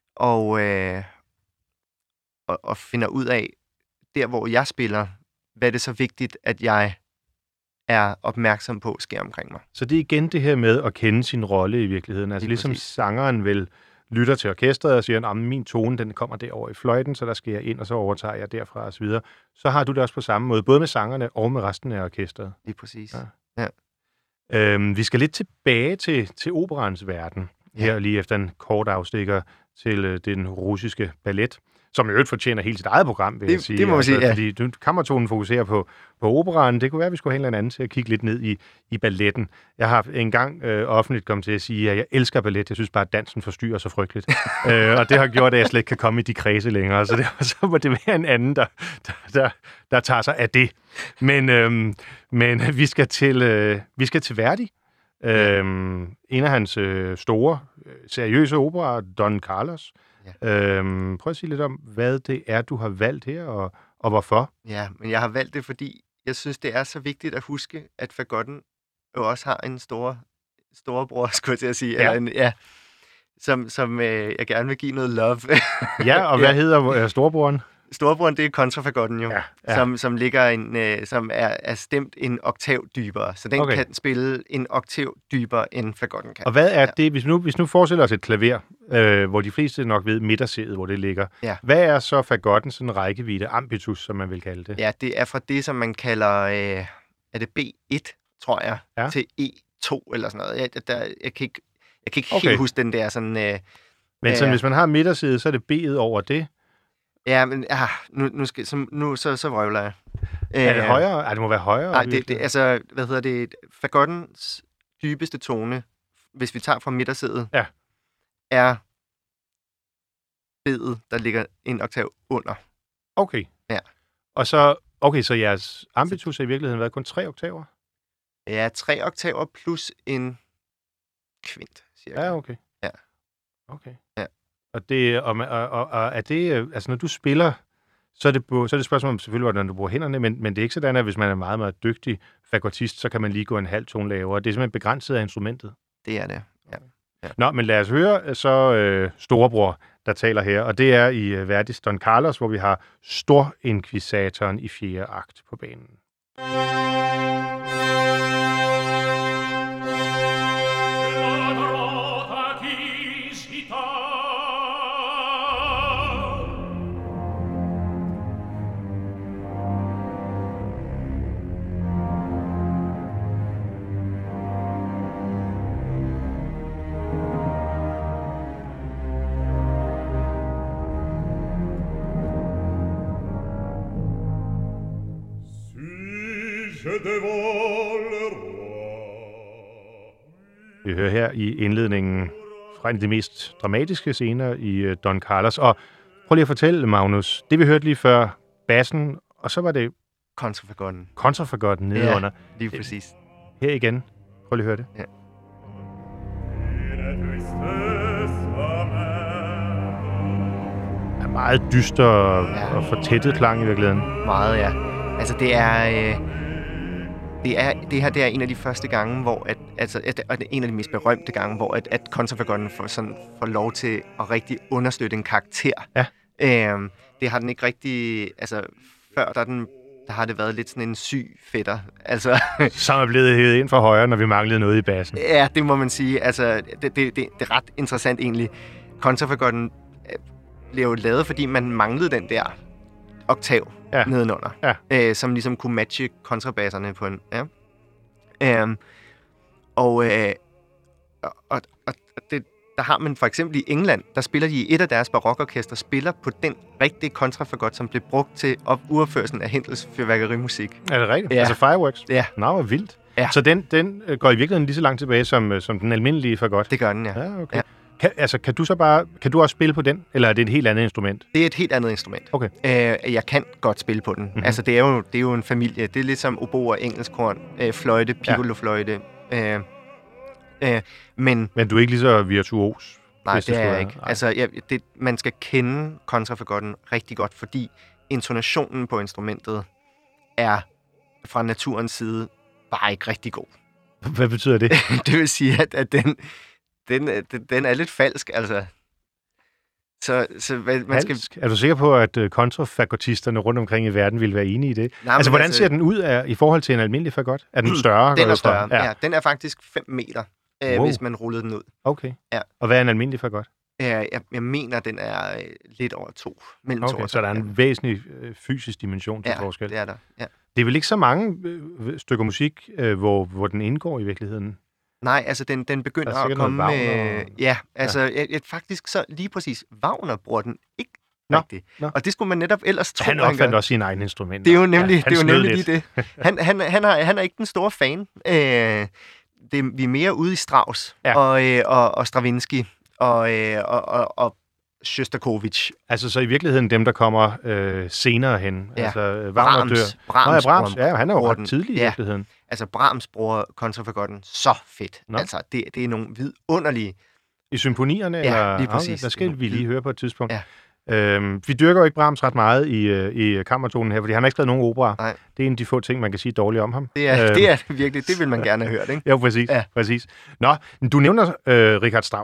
Og finder ud af, der hvor jeg spiller, hvad er det så vigtigt, at jeg er opmærksom på, sker omkring mig. Så det er igen det her med at kende sin rolle i virkeligheden. Altså ligesom sangeren vel lytter til orkestret og siger, at min tone den kommer derover i fløjten, så der skal jeg ind, og så overtager jeg derfra og så videre. Så har du det også på samme måde, både med sangerne og med resten af orkestret. Lige præcis. Ja. Vi skal lidt tilbage til operans verden, her lige efter en kort afstikker til den russiske ballet, som i øvrigt fortjener helt sit eget program, vil jeg sige. Det må man sige, ja. Fordi kammertonen fokuserer på operaen. Det kunne være, at vi skulle have en eller anden til at kigge lidt ned i balletten. Jeg har engang offentligt kommet til at sige, at jeg elsker ballet. Jeg synes bare, at dansen forstyrrer så frygteligt. Og det har gjort, at jeg slet ikke kan komme i de kredse længere. Så må det være en anden, der tager sig af det. Men vi skal til Verdi. En af hans store, seriøse operaer, Don Carlos. Ja. Prøv at sige lidt om, hvad det er, du har valgt her, og hvorfor. Ja, men jeg har valgt det, fordi jeg synes, det er så vigtigt at huske, at fagotten jo også har en storebror, skulle jeg til at sige. Ja. Som jeg gerne vil give noget love. Ja, og hvad hedder storebroren? Storebroren, det er kontrafagotten jo, Ja. som ligger som er stemt en oktav dybere. Så den kan spille en oktav dybere, end fagotten kan. Og hvad er det, hvis nu forestiller os et klaver, hvor de fleste nok ved midtersædet, hvor det ligger. Ja. Hvad er så fagotten, sådan en rækkevidde, ambitus, som man vil kalde det? Ja, det er fra det, som man kalder, er det B1, tror jeg, til E2 eller sådan noget. Jeg kan ikke helt huske den der sådan... Men sådan, hvis man har midtersædet, så er det B'et over det? Ja, men så vrøvler jeg. Er det højere? Det må være højere. Nej, altså, fagottens dybeste tone, hvis vi tager fra midtersædet, er B'et, der ligger en oktav under. Okay. Ja. Og så jeres ambitus er i virkeligheden været kun 3 oktaver? Ja, 3 oktaver plus en kvint, cirka. Ja, okay. Ja. Okay. Ja. Og er det, altså når du spiller, så er det et spørgsmål om selvfølgelig, hvordan du bruger hænderne, men det er ikke sådan, at hvis man er meget, meget dygtig fagottist, så kan man lige gå en halv tone lavere. Det er simpelthen begrænset af instrumentet. Det er det, ja. Nå, men lad os høre så storebror, der taler her, og det er i Verdis Don Carlos, hvor vi har Storinkvisatoren i 4. akt på banen. Vi hører her i indledningen fra en af de mest dramatiske scener i Don Carlos. Og prøv lige at fortælle, Magnus, det vi hørte lige før, bassen, og så var det... Kontrafagotten nedenunder. Ja, lige præcis. Her igen. Prøv lige at høre det. Ja. Er meget dyster og fortættet klang i virkeligheden. Meget, ja. Altså, det her er en af de første gange, hvor og en af de mest berømte gange, hvor at kontrafagotten får lov til at rigtig understøtte en karakter. Ja. Det har den ikke rigtig... Altså, før der har det været lidt sådan en syg fætter. Altså, som er blevet hævet ind fra højre, når vi manglede noget i bassen. Ja, det må man sige. Altså, det er ret interessant egentlig. Kontrafagotten blev jo lavet, fordi man manglede den der oktav nedenunder, som ligesom kunne matche kontrabasserne på en... Ja. Der har man for eksempel i England, der spiller de i et af deres barokorkester, spiller på den rigtige kontrafagot, som blev brugt til uropførelsen af Händels fyrværkerimusik. Er det rigtigt? Ja. Altså fireworks? Ja. Nå, hvor vildt. Ja. Så den går i virkeligheden lige så langt tilbage som den almindelige fagot? Det gør den, ja. Ja, okay. Ja. Kan du også spille på den, eller er det et helt andet instrument? Det er et helt andet instrument. Okay. Jeg kan godt spille på den. Mm-hmm. Altså, det er jo en familie. Det er lidt som obo og engelskkorn, fløjte, piccolofløjte. Men du er ikke lige så virtuos? Nej, det er jeg ikke. Altså, man skal kende kontrafagotten rigtig godt, fordi intonationen på instrumentet er fra naturens side bare ikke rigtig god. Hvad betyder det? Det vil sige, at den er lidt falsk, altså. Så man skal... Er du sikker på, at kontrafagotisterne rundt omkring i verden vil være enige i det? Nej, altså, hvordan ser den ud i forhold til en almindelig fagot? Er den større? Den er større, ja. Den er faktisk 5 meter, hvis man rullede den ud. Okay. Ja. Og hvad er en almindelig fagot? Jeg mener, den er lidt over 2. Mellem 2 og 2. Så der er en væsentlig fysisk dimension til forskel. Ja, det er der. Ja. Det er vel ikke så mange stykker musik, hvor den indgår i virkeligheden? Nej, altså den begynder at komme med... Ja, altså faktisk så lige præcis, Wagner bruger den ikke rigtigt. Og det skulle man netop ellers tro, han opfandt også sine egne instrumenter. Det er jo nemlig, lige det. Han er ikke den store fan. Vi er mere ude i Strauss og Stravinsky og Shostakovich. Altså så i virkeligheden dem, der kommer senere hen. Ja. Altså Brahms. Brahms. Ja, han er jo ret tidlig i virkeligheden. Altså Brahms bruger kontrafagotten så fedt. Nå. Altså det er nogle vidunderlige... I symfonierne? Ja, eller? Lige præcis. Der skal vi lige høre på et tidspunkt. Ja. Vi dyrker jo ikke Brahms ret meget i kammertonen her, fordi han har ikke skrevet nogen opera. Nej. Det er en af de få ting, man kan sige dårligt om ham. Det er virkelig, det vil man gerne have hørt, ikke? Ja, præcis. Nå, du nævner Richard Strauss.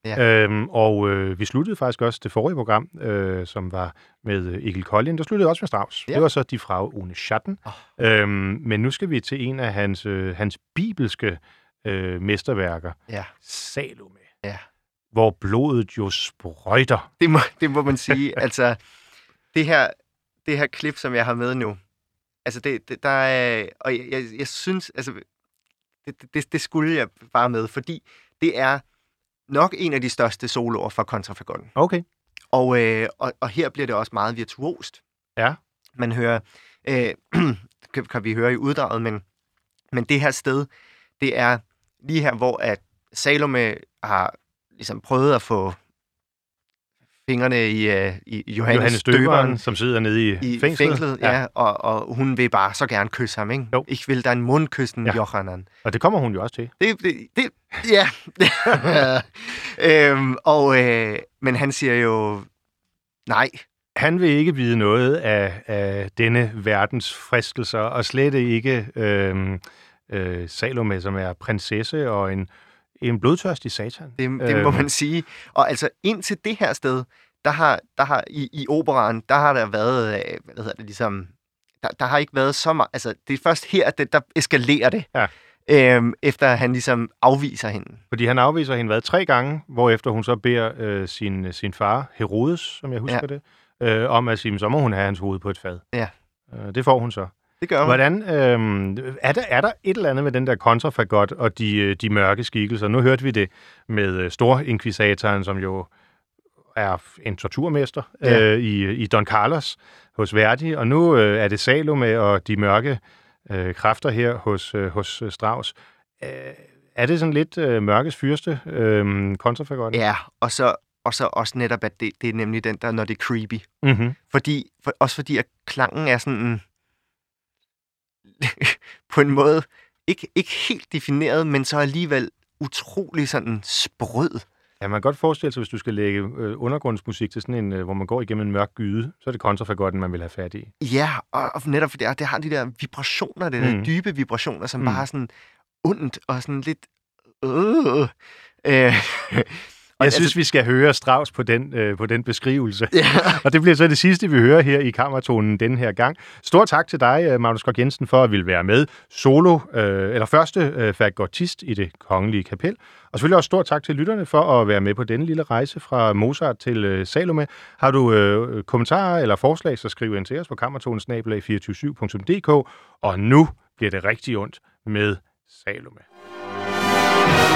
Ja. Vi sluttede faktisk også det forrige program, som var med Egil Kolding. Der sluttede også med Strauss. Ja. Det var så Die Frau ohne Schatten. Men nu skal vi til en af hans bibelske mesterværker, Salome. Ja. Hvor blodet jo sprøjter. Det må man sige. Altså, det her klip, som jeg har med nu, altså der er, og jeg synes, altså, det skulle jeg bare med, fordi det er nok en af de største soloer fra kontrafagotten. Okay. Og her bliver det også meget virtuost. Ja. Man hører, kan vi høre i uddraget, men det her sted, det er lige her, hvor at Salome har ligesom prøvet at få fingrene i Johannes Døberen, som sidder nede i fængslet. Ja. Og hun vil bare så gerne kysse ham, ikke? Jo. Ich will dein Mund küssen, Johanan. Og det kommer hun jo også til. Ja. Men han siger jo nej. Han vil ikke vide noget af denne verdens fristelser, og slet ikke Salome, som er prinsesse og en blodtørstig satan. Det må man sige. Og altså indtil det her sted, der har i operaen, der har der været, der har ikke været så meget, altså det er først her, at der eskalerer det. Ja. Efter han ligesom afviser hende. Fordi han afviser hende 3 gange, hvorefter hun så beder sin far, Herodes, som jeg husker det, om at sige, så må hun have hans hoved på et fad. Ja. Det får hun så. Det gør hun. Hvordan, er der et eller andet med den der kontrafagot og de mørke skikkelser? Nu hørte vi det med Storinkvisatoren, som jo er en torturmester i Don Carlos hos Verdi, og nu er det Salome og de mørke kræfter her hos Strauss. Er det sådan lidt mørkes fyrste kontrafagotten? Ja, og så også netop, at det er nemlig den der, når det er creepy. Mm-hmm. Fordi at klangen er sådan på en måde ikke helt defineret, men så alligevel utrolig sådan sprød. Ja, man kan godt forestille sig, hvis du skal lægge undergrundsmusik til sådan en, hvor man går igennem en mørk gyde, så er det kontrafagotten, man vil have fat i. Ja, og netop fordi det har de der vibrationer, det der dybe vibrationer, som bare er sådan ondt og sådan lidt Jeg synes, vi skal høre Strauss på den beskrivelse. Ja. Og det bliver så det sidste, vi hører her i Kammertonen den her gang. Stort tak til dig, Magnus Skok Jensen, for at ville være med første fagottist i Det Kongelige Kapel. Og selvfølgelig også stort tak til lytterne for at være med på denne lille rejse fra Mozart til Salome. Har du kommentarer eller forslag, så skriv ind til os på kammertonen@247.dk. Og nu bliver det rigtig ondt med Salome.